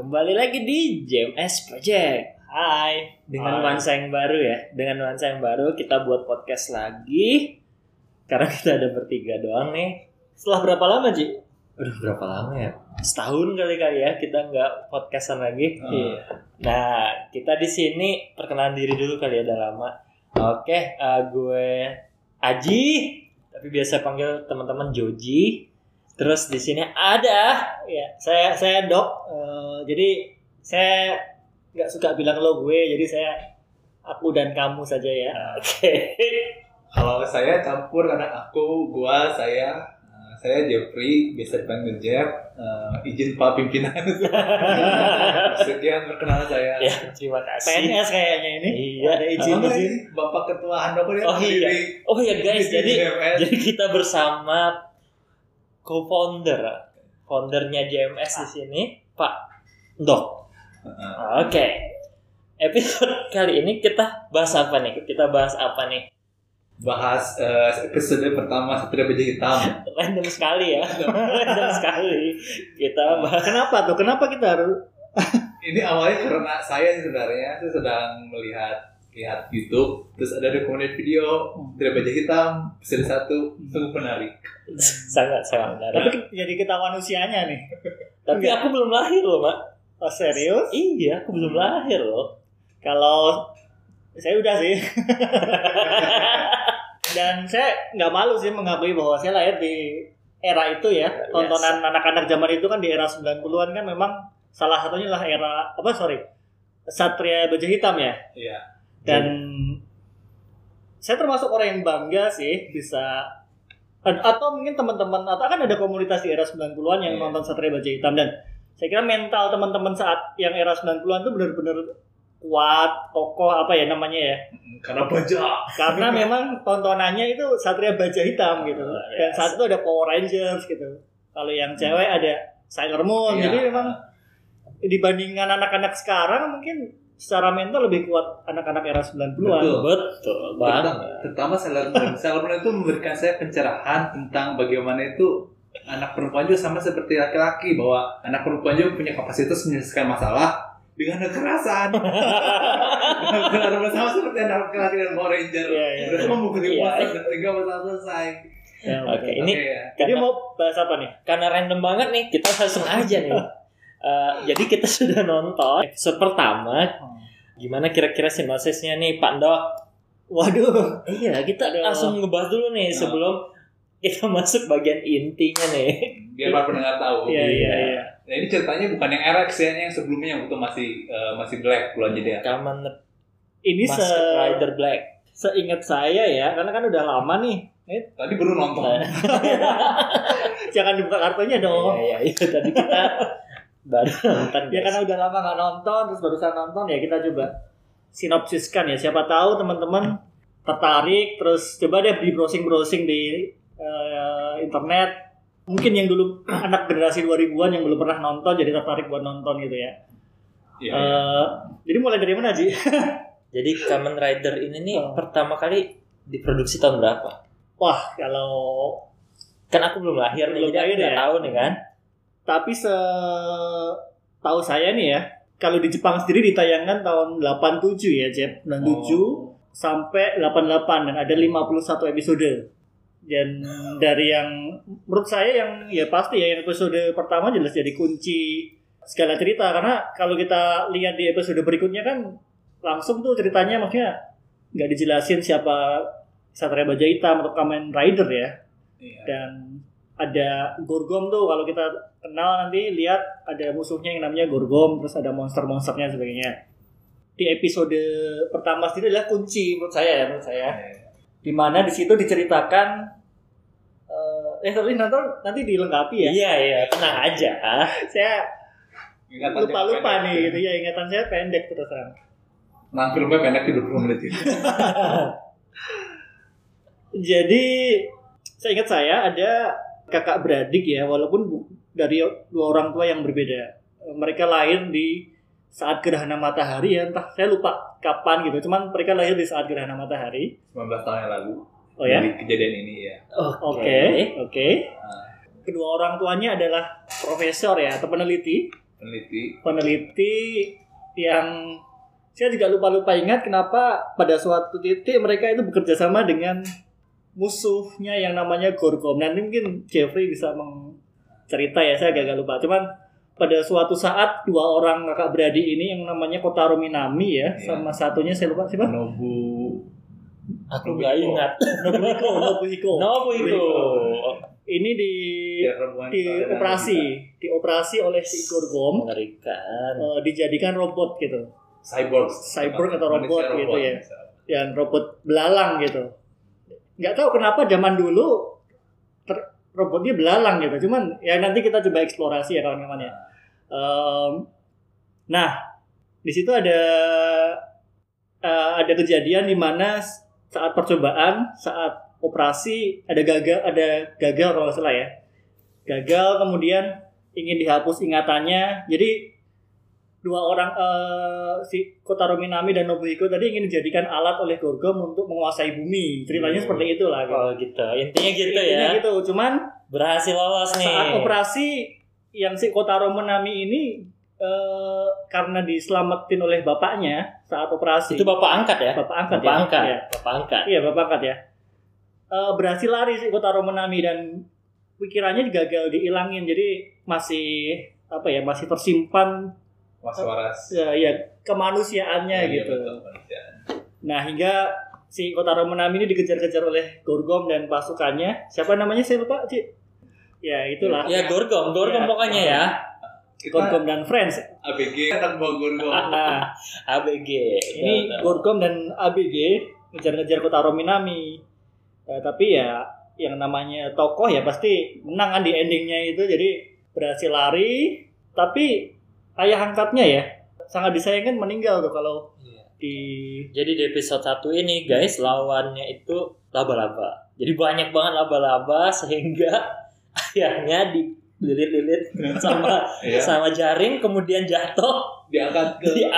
Kembali lagi di JMS Project. Hai, dengan nuansa yang baru ya. Dengan nuansa yang baru kita buat podcast lagi. Karena kita ada bertiga doang nih. Setelah berapa lama, Ji? Udah berapa lama ya? Setahun kali ya kita nggak podcastan lagi. Iya. Nah, kita di sini perkenalan diri dulu kali ya, udah lama. Oke, gue Aji, tapi biasa panggil teman-teman Joji. Terus di sini ada Ya, saya Dok. Jadi saya nggak suka bilang lo gue, jadi aku dan kamu saja ya. Oke. Kalau saya campur karena aku, saya Jeffrey, biasa dipanggil Jeff. Izin Pak Pimpinan. Sekian perkenalan saya. Ya, terima kasih. PNS kayaknya ini. Iya, Ada izin. Bapak Ketua Handoko ya. Oh iya guys, Di jadi JMS. kita bersama foundernya JMS di sini, Pak Dok. Oke. Episode kali ini kita bahas apa nih? Bahas episode pertama Satria Baja Hitam. Random sekali ya. Random sekali. Kita bahas. Kenapa kita harus? Ini awalnya karena saya sebenarnya sedang melihat YouTube, terus ada dokumen video Satria Baja Hitam episode 1, sungguh menarik. sangat menarik. Tapi jadi ketahuan usianya nih. Tapi aku belum lahir loh, Mak. Oh, serius? Iya, aku belum lahir loh. Kalau saya udah sih. Dan saya nggak malu sih mengakui bahwa saya lahir di era itu ya. Tontonan anak-anak zaman itu kan di era 90-an kan memang salah satunya lah Satria Baja Hitam ya. Iya. Dan saya termasuk orang yang bangga sih bisa, atau mungkin teman-teman, atau kan ada komunitas di era 90-an yang nonton Satria Baja Hitam, dan saya kira mental teman-teman saat yang era 90-an itu benar-benar kuat, kokoh, apa ya namanya ya, karena memang tontonannya itu Satria Baja Hitam gitu. Dan saat itu ada Power Rangers gitu, kalau yang cewek ada Sailor Moon. Jadi memang dibandingkan anak-anak sekarang mungkin secara mental lebih kuat anak-anak era 90-an. Betul banget. Terutama Sailor Moon itu memberikan saya pencerahan tentang bagaimana itu anak perempuan juga sama seperti laki-laki, bahwa anak perempuan juga punya kapasitas menyelesaikan masalah dengan kekerasan. Sama seperti anak laki-laki dan Power Ranger. Mereka memukul masalah dan tinggal masalah selesai. Oke, ini jadi mau bahas apa nih? Karena random banget nih, kita langsung aja nih. Jadi kita sudah nonton episode pertama. Gimana kira-kira sinopsisnya nih, Pak Dok? Waduh. Iya, kita langsung ngebahas dulu nih sebelum kita masuk bagian intinya nih. Biar para pendengar tahu. Iya. Nah, ini ceritanya bukan yang RX ya, yang sebelumnya yang itu masih Black bulan jadi ya. Kamen ini Masked Rider Black. Seingat saya ya, karena kan udah lama nih. Tadi baru nonton. Jangan dibuka kartunya dong. Iya, tadi kita baru nonton. Ya karena udah lama nggak nonton, terus barusan nonton ya, kita coba sinopsiskan ya. Siapa tahu teman-teman tertarik, terus coba deh di browsing di internet. Mungkin yang dulu anak generasi 2000-an yang belum pernah nonton jadi tertarik buat nonton gitu ya. Iya. Jadi mulai dari mana, Ji? Jadi Kamen Rider ini nih pertama kali diproduksi tahun berapa? Wah, kalau kan aku belum lahir nih, jadi aku nggak tahu nih kan. Tapi setahu saya nih ya, kalau di Jepang sendiri ditayangkan tahun 87 ya, Jep. 97 sampai 88, dan ada 51 episode. Dan dari yang menurut saya yang ya pasti ya, yang episode pertama jelas jadi kunci segala cerita, karena kalau kita lihat di episode berikutnya kan langsung tuh ceritanya, maksudnya nggak dijelasin siapa Satria Baja Hitam atau Kamen Rider ya. Dan ada Gorgom tuh, kalau kita kenal nanti lihat ada musuhnya yang namanya Gorgom, terus ada monster-monsternya sebagainya. Di episode pertama sendiri adalah kunci menurut saya. Dimana di situ diceritakan tapi nanti dilengkapi ya. Iya, tenang aja. Saya lupa nih gitu ya, ingatan saya pendek terus terang. Nah, filmnya pendek 20 menit itu. Jadi seingat saya ada kakak beradik ya, walaupun dari dua orang tua yang berbeda. Mereka lahir di saat gerhana matahari ya, entah saya lupa kapan gitu. Cuman mereka lahir di saat gerhana matahari 19 tahun yang lalu. Oh ya? Dari kejadian ini ya. Oke. Kedua orang tuanya adalah profesor ya, atau peneliti. peneliti yang saya juga lupa ingat kenapa pada suatu titik mereka itu bekerja sama dengan musuhnya yang namanya Gorgom. Nanti mungkin Jeffrey bisa cerita ya, saya agak lupa. Cuman pada suatu saat dua orang kakak beradik ini yang namanya Kotaro Minami ya, sama satunya saya lupa siapa? Aku nggak ingat. Nobuhiko. Ini dioperasi oleh si Gorgom. Mengerikan. Dijadikan robot gitu. Cyborg atau robot gitu ya. Yang robot belalang gitu. Nggak tahu kenapa zaman dulu robotnya belalang gitu. Cuman ya nanti kita coba eksplorasi ya kawan-kawan ya. Nah, di situ ada kejadian di mana saat percobaan, saat operasi ada gagal kalau nggak salah ya. Gagal kemudian ingin dihapus ingatannya. Jadi dua orang si Kotaro Minami dan Nobuhiko tadi ingin dijadikan alat oleh Gorgom untuk menguasai bumi. Ceritanya seperti itulah. Oh gitu. Intinya gitu ya. Intinya gitu. Cuman berhasil lolos nih. Saat operasi yang si Kotaro Minami ini karena diselamatin oleh bapaknya saat operasi. Itu bapak angkat ya? Bapak angkat. Iya, bapak angkat ya. Berhasil lari si Kotaro Minami dan pikirannya gagal diilangin. Jadi masih tersimpan was-was. Ya, kemanusiaannya gitu. Betul, nah, hingga si Kotaro Minami ini dikejar-kejar oleh Gorgom dan pasukannya. Siapa namanya saya lupa, Ci. Ya, itulah. Ya, Gorgom pokoknya ya. Gorgom dan Friends. ABG anak buah Gorgom. Nah, ABG. ini Gorgom dan ABG ngejar-ngejar Kotaro Minami. Tapi ya yang namanya tokoh ya pasti menang kan di endingnya itu. Jadi berhasil lari, tapi ayah angkatnya ya sangat disayangkan meninggal tuh kalau Jadi di episode 1 ini guys lawannya itu laba-laba. Jadi banyak banget laba-laba sehingga ayahnya dililit-lilit sama jaring kemudian diangkat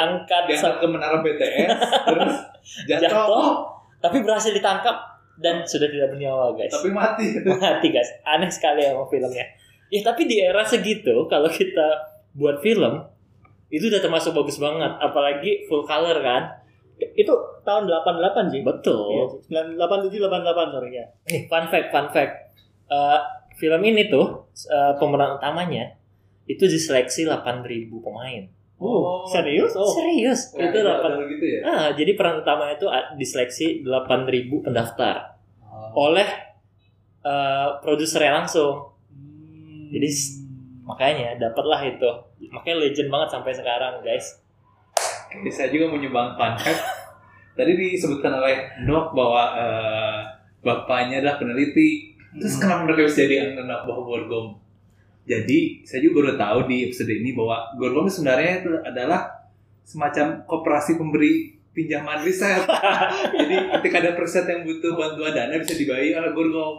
ke menara BTS terus jatuh tapi berhasil ditangkap dan sudah tidak bernyawa guys. Tapi mati guys. Aneh sekali ya filmnya. Ya tapi di era segitu kalau kita buat film itu udah termasuk bagus banget, apalagi full color kan. Itu tahun 88 sih. Betul. Ya, 87 88 sorry ya. Fun fact. Film ini tuh pemeran utamanya itu diseleksi 8.000 pemain. Serius? Serius. Nah, itu 8 gitu ya. Jadi peran utamanya itu diseleksi 8.000 pendaftar oleh produsernya langsung. Jadi makanya dapatlah itu. Makanya legend banget sampai sekarang, guys. Oke, saya juga menyumbang fun fact. Tadi disebutkan oleh Nok bahwa bapaknya adalah peneliti. Terus kenapa mereka bisa jadi anak buah Gorgom? Jadi, saya juga baru tahu di episode ini bahwa Gorgom sebenarnya itu adalah semacam koperasi pemberi pinjaman riset. Jadi, ketika ada riset yang butuh bantuan dana bisa dibayar oleh Gorgom.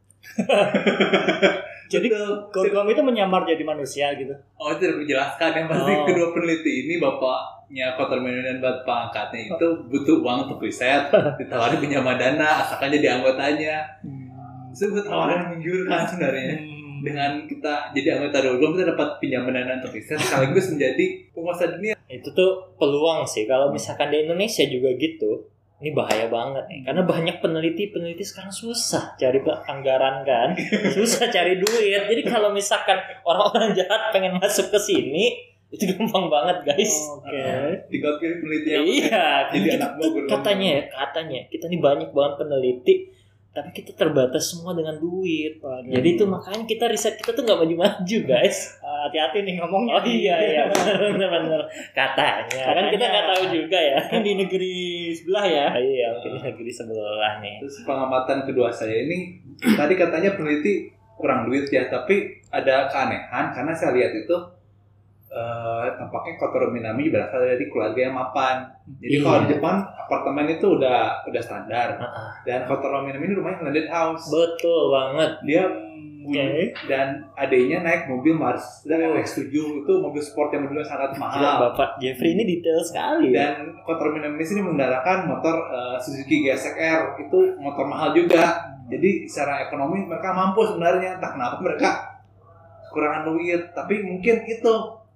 Jadi Gorgom itu menyamar jadi manusia gitu. Oh, itu tidak dijelaskan. Yang pasti kedua peneliti ini, bapaknya Kotaro Minami dan bapak angkatnya itu butuh uang untuk riset, ditawarin pinjaman dana, asalkan jadi anggotanya. Itu tawaran menggiurkan sebenarnya. Dengan kita jadi anggota Gorgom, kita dapat pinjaman dana untuk riset, sekaligus menjadi penguasa dunia. Itu tuh peluang sih. Kalau misalkan di Indonesia juga gitu, ini bahaya banget nih. Karena banyak peneliti sekarang susah cari anggaran kan. Susah cari duit. Jadi kalau misalkan orang-orang jahat pengen masuk ke sini, itu gampang banget guys. Tinggal pilih peneliti yang jadi anak buah katanya kita nih banyak banget peneliti, tapi kita terbatas semua dengan duit. Jadi itu makanya kita riset kita tuh nggak maju-maju guys. Hati-hati nih ngomongnya. Oh iya benar. Katanya. Kan kita nggak tahu juga ya. Kan di negeri sebelah ya. Iya mungkin di negeri sebelah nih. Terus pengamatan kedua saya ini tadi katanya peneliti kurang duit ya, tapi ada keanehan karena saya lihat itu tampaknya Kotaro Minami berasal dari keluarga yang mapan. Jadi kalau di Jepang apartemen itu udah standar. Dan Kotaro Minami ini rumahnya landed house. Betul banget. Dia dan adiknya naik mobil Mars dan MX-7 itu mobil sport yang dulu sangat mahal. Gila, Bapak Jeffrey ini detail sekali. Dan Kotaro Minami ini menggunakan motor Suzuki GSX-R, itu motor mahal juga. Jadi secara ekonomi mereka mampu sebenarnya. Entah kenapa mereka kekurangan duit, tapi mungkin itu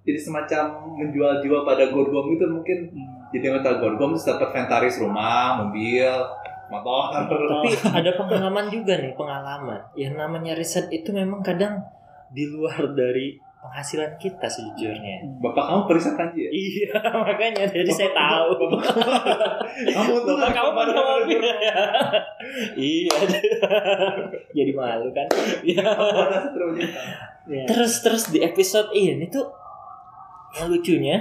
jadi semacam menjual jiwa pada Gorgom itu mungkin. Jadi anggota Gorgom terus dapat inventaris rumah, mobil, motor. Tapi ada pengalaman juga nih, pengalaman. Yang namanya riset itu memang kadang di luar dari penghasilan kita sejujurnya. Bapak kamu periset kan ya? Iya, makanya jadi saya tahu. Kamu tuh Bapak kamu punya mobil ya? Iya. Jadi malu kan? Iya. Terus di episode ini tuh yang lucunya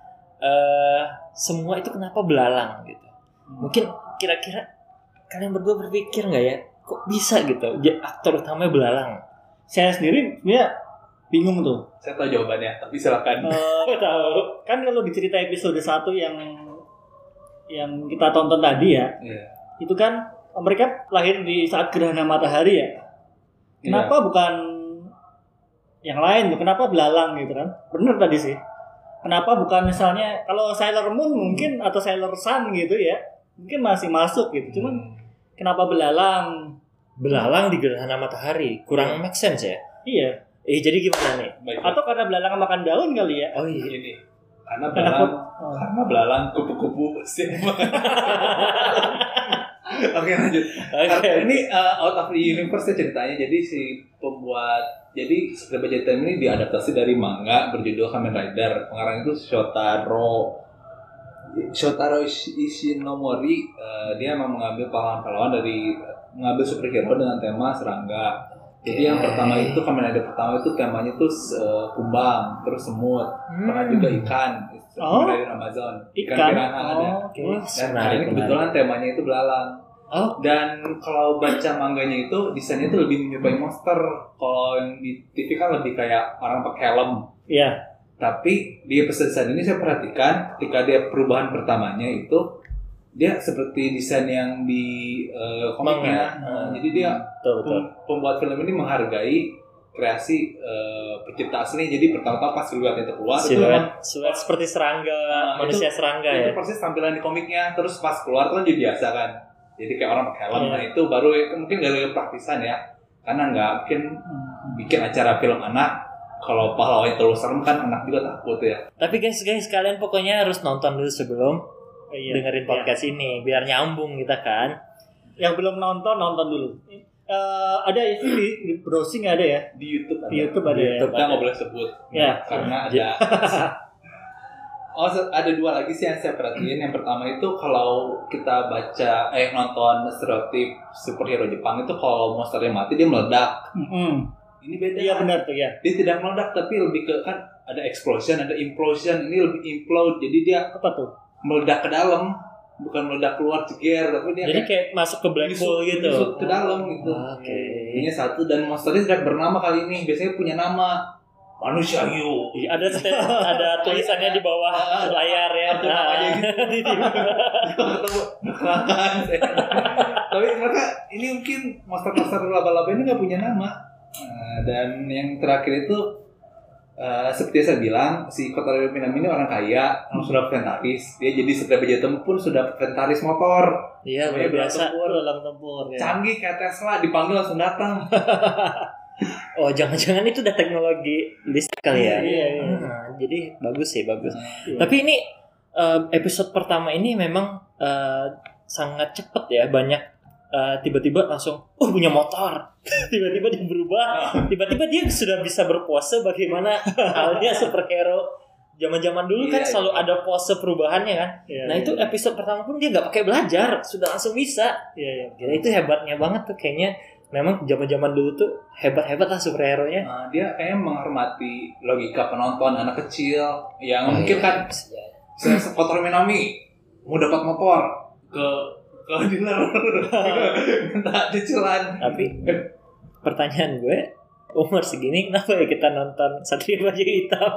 semua itu kenapa belalang gitu. Mungkin kira-kira kalian berdua berpikir nggak ya, kok bisa gitu aktor utamanya belalang? Saya sendiri bingung tuh. Saya tahu jawabannya, tapi silakan. Tahu. Kan kalau di cerita episode 1 yang kita tonton tadi ya, itu kan mereka lahir di saat gerhana matahari ya. Kenapa bukan yang lain tuh? Kenapa belalang gitu kan? Bener tadi sih. Kenapa bukan misalnya kalau Sailor Moon mungkin atau Sailor Sun gitu ya, mungkin masih masuk gitu. Cuman kenapa belalang? Belalang di gerhana matahari kurang make sense ya? Iya. Jadi gimana nih? Baiklah. Atau karena belalang makan daun kali ya? Oh iya. Ini karena belalang kupu-kupu sih. Oke lanjut. Karena ini out of the universe ceritanya. Jadi jadi Secret Budget Time ini diadaptasi dari manga berjudul Kamen Rider. Pengarang itu Shotaro Ishinomori. Dia memang mengambil pahlawan-pahlawan mengambil superhero dengan tema serangga. Jadi yang pertama itu Kamen Rider pertama itu temanya itu kumbang, terus semut, pernah juga ikan. Kamen Rider Amazon, ikan piranha ada. Dan kali ini kebetulan temanya itu belalang. Dan kalau baca manganya itu desainnya itu lebih menyerupai monster. Kalau yang di TV kan lebih kayak orang pakai helm. Iya. Tapi di episode ini saya perhatikan ketika dia perubahan pertamanya itu dia seperti desain yang di komiknya. Jadi dia pembuat film ini menghargai kreasi pencipta asli. Jadi pertama-tama pas siluet itu keluar siluet seperti serangga, manusia serangga ya. Itu persis tampilan di komiknya. Terus pas keluar kan jadi biasa kan. Jadi kayak orang pakai helm. Nah itu baru mungkin dari praktisan ya. Karena nggak mungkin bikin acara film anak kalau pahlawan terlalu serem kan anak juga takut ya. Tapi guys kalian pokoknya harus nonton dulu sebelum dengerin podcast ini biar nyambung kita kan. Yang belum nonton dulu. Ada itu di browsing ada ya di YouTube ada. Di YouTube ada. Kita nggak boleh sebut karena ada. Ada dua lagi sih yang saya perhatiin. Yang pertama itu kalau kita nonton stereotip superhero Jepang itu kalau monsternya mati dia meledak. Ini beda. Iya benar tuh ya. Dia tidak meledak tapi lebih ke kan ada explosion, ada implosion. Ini lebih implode. Jadi dia apa tuh? Meledak ke dalam, bukan meledak keluar ceger, tapi dia jadi kayak masuk ke black hole gitu. Masuk ke dalam gitu. Ini satu dan monsternya tidak bernama kali ini. Biasanya punya nama. Manusia hiu. Ada tulisannya di bawah layar ya. Namanya gitu. Ketemu tapi mereka ini mungkin monster-monster laba-laba ini nggak punya nama. Dan yang terakhir itu seperti saya bilang, si Kotaro Minami ini orang kaya, sudah inventaris. Dia jadi Secret Budget Time pun sudah inventaris motor. Iya, biasa. Dalam tempur. Canggih kayak Tesla, dipanggil langsung datang. Oh, jangan-jangan itu udah teknologi listrik kali ya? Iya. Jadi bagus. Tapi ini episode pertama ini memang sangat cepat ya, banyak tiba-tiba langsung punya motor. Tiba-tiba dia berubah, tiba-tiba dia sudah bisa berpose bagaimana halnya superhero. Zaman-zaman dulu kan selalu ada pose perubahannya kan. Nah itu episode pertama pun dia nggak pakai belajar, sudah langsung bisa. Jadi itu hebatnya banget tuh kayaknya. Memang zaman-zaman dulu tuh hebat-hebat lah superhero-nya. Dia kayaknya menghormati logika penonton anak kecil yang mungkin kan Kotaro Minami mau dapat motor ke dealer minta cicilan. Tapi pertanyaan gue, umur segini kenapa ya kita nonton Satria Baju Hitam?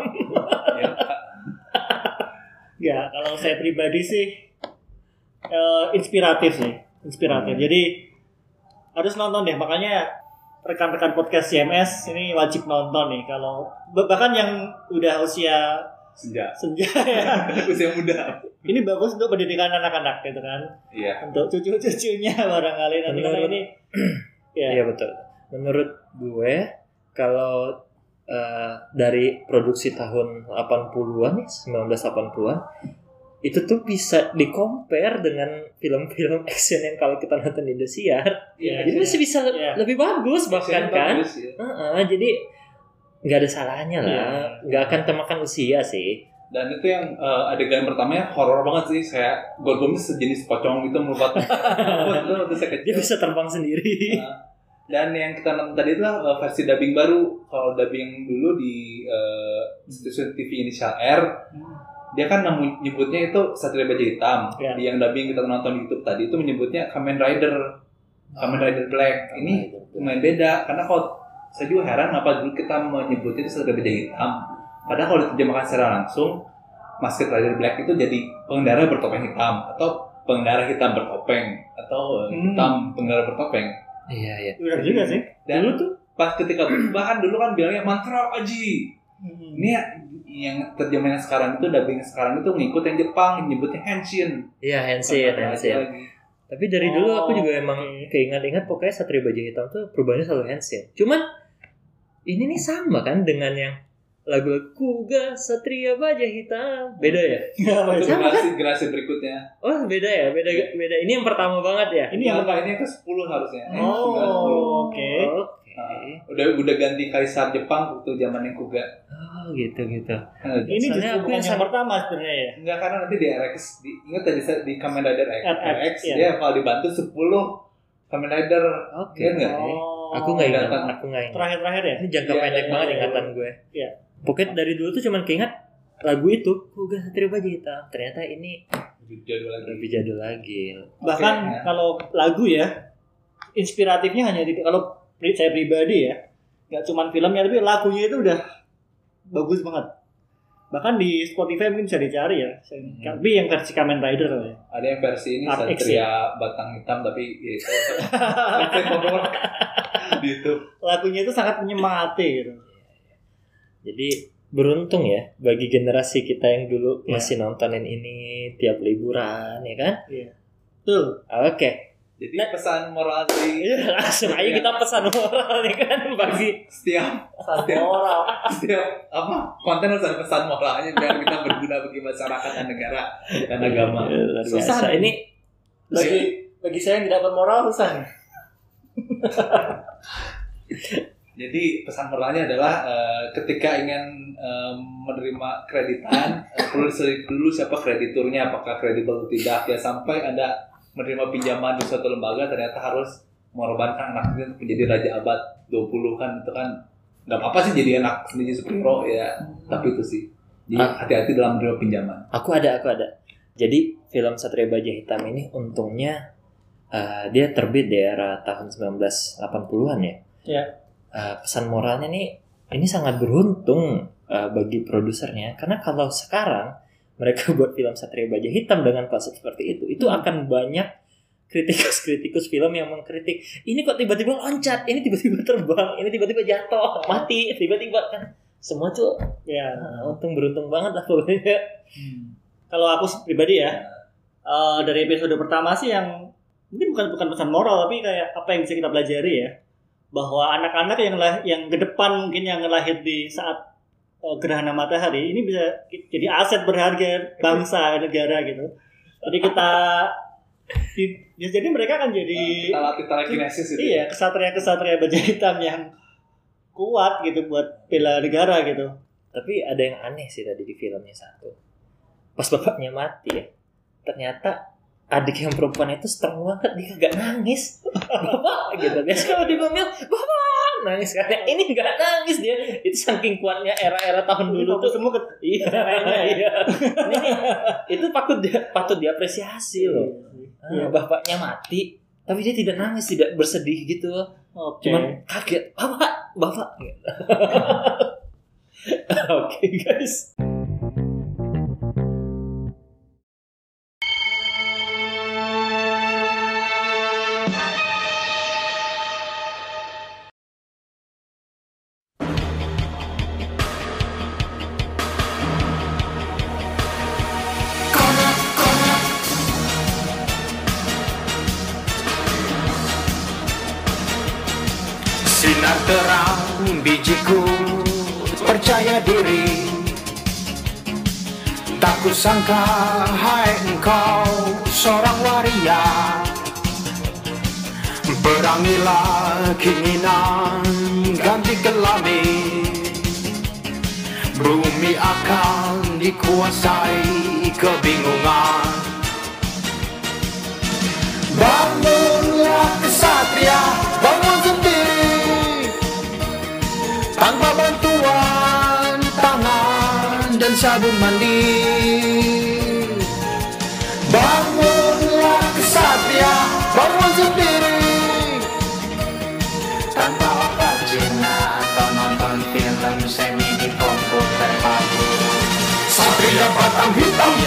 Ya, kalau saya pribadi sih inspiratif. Jadi harus nonton deh, makanya rekan-rekan podcast CMS ini wajib nonton nih. Kalau bahkan yang udah usia senja ya, usia muda, ini bagus untuk pendidikan anak-anak gitu kan. Iya. Untuk cucu-cucunya barangkali nanti ini. Iya betul. Menurut gue kalau dari produksi tahun 80-an ya, 1980-an itu tuh bisa di-compare dengan film-film action yang kalau kita nonton di Indosiar. Jadi masih bisa lebih bagus bahkan kan. Bagus, ya. Jadi nggak ada salahnya lah, nggak akan termakan usia sih. Dan itu yang adegan pertamanya horor banget sih, kayak Gorgomnya sejenis pocong gitu melompat. Dia bisa terbang sendiri. Dan yang kita nonton tadi itulah versi dubbing baru. Kalau dubbing dulu di stasiun TV Inisial R, dia kan nyebutnya itu Satria Baja Hitam. Di yang dubbing kita nonton di YouTube tadi itu menyebutnya Kamen Rider Black. Ini lumayan beda, karena kalau saya juga heran kenapa dulu kita menyebutnya itu Satria Baja Hitam. Padahal kalau diterjemahkan secara langsung, Masked Rider Black itu jadi pengendara bertopeng hitam, atau pengendara hitam bertopeng, atau hitam pengendara bertopeng. Iya. Benar juga sih. Dan dulu tuh pas ketika bahkan dulu kan bilangnya mantra aji. Ini yang terjemahan sekarang itu, dubbing sekarang itu ngikut yang Jepang, nyebutnya Henshin. Iya, Henshin. Tapi dari dulu aku juga emang keingat-ingat pokoknya Satria Baja Hitam tuh perubahannya selalu Henshin. Cuman ini nih sama kan dengan yang lagu-lagu Kuga Satria Baja Hitam. Beda ya? Itu generasi berikutnya. Oh, beda ya? Beda. Ini yang pertama banget ya? Ini yang pertama, ini yang ke-10 harusnya. Oke. Udah ganti kaisar Jepang waktu zamannya Kuga. Oh, gitu. Ini justru bukan yang pertama sebenarnya ya? Enggak, karena nanti di RX, ingat tadi di Kamen Rider RX, ya. dia kalau dibantu 10 Kamen Rider. Oke. Enggak? Aku nggak ingat. Terakhir ya? Ini jangka pendek banget ingatan gue. Iya. Pokoknya dari dulu tuh cuman keinget lagu itu Kuga Satria Baja Hitam. Ternyata ini lebih jadul lagi. Bahkan kalau lagu ya, inspiratifnya hanya kalau saya pribadi ya, nggak cuma filmnya tapi lagunya itu udah bagus banget. Bahkan di Spotify mungkin bisa dicari ya. Tapi yang versi Kamen Rider ya. Ada yang versi ini RX, Satria Batang Hitam, tapi ya itu di YouTube. Lagunya itu sangat menyemangati gitu. Jadi beruntung ya bagi generasi kita yang dulu masih nontonin ini tiap liburan ya kan? Iya. Betul. Oke. Jadi pesan moral sih. Iya, langsung aja kita pesan moral nih kan bagi setiap konten harus ada pesan moralnya biar kita berguna bagi masyarakat dan negara dan agama. Susah ini bagi saya yang tidak bermoral susah. Jadi pesan moralnya adalah ketika ingin menerima kreditan perlu diselidiki dulu siapa krediturnya, apakah kredibel atau tidak. Ya sampai Anda menerima pinjaman di suatu lembaga ternyata harus mengorbankan anaknya untuk menjadi raja abad 20 kan, itu kan nggak apa-apa sih jadi anak sendiri superhero ya, tapi itu sih jadi hati-hati dalam menerima pinjaman. Aku ada. Jadi film Satria Baja Hitam ini untungnya dia terbit di era tahun 1980-an ya. Iya. Pesan moralnya nih ini sangat beruntung bagi produsernya, karena kalau sekarang mereka buat film Satria Baja Hitam dengan konsep seperti itu akan banyak kritikus film yang mengkritik ini kok tiba-tiba loncat, ini tiba-tiba terbang, ini tiba-tiba jatuh mati, tiba-tiba kan semua tuh ya untung beruntung banget lah pokoknya. Kalau aku pribadi ya dari episode pertama sih yang mungkin bukan pesan moral tapi kayak apa yang bisa kita pelajari ya, bahwa anak-anak yang ke depan mungkin yang lahir di saat gerhana matahari ini bisa jadi aset berharga bangsa negara gitu. Jadi jadi mereka akan jadi telekinesis itu. Iya, kesatria Baja Hitam yang kuat gitu buat bela negara gitu. Tapi ada yang aneh sih tadi di filmnya satu. Pas bapaknya mati ya, ternyata adik yang perempuan itu strong banget, dia gak nangis. Bapak gitu. Biasa kalau dipanggil bapak nangis kan. Ini gak nangis dia. Itu saking kuatnya era-era tahun dulu tuh. Semua iya. Itu patut diapresiasi loh. Bapaknya mati, tapi dia tidak nangis, tidak bersedih gitu. Cuman kaget. Bapak. Oke, guys. Sinar terang bijiku percaya diri. Tak kusangka hai engkau seorang waria. Berangilah keinginan ganti ke langit. Bumi akan dikuasai kebingungan. Bangunlah kesatria, bangun sendiri tanpa bantuan tangan dan sabun mandi. Bangunlah kesatria, bangun sendiri tanpa obat jinak atau nonton film semi di komputer bagus. Satria batang hitam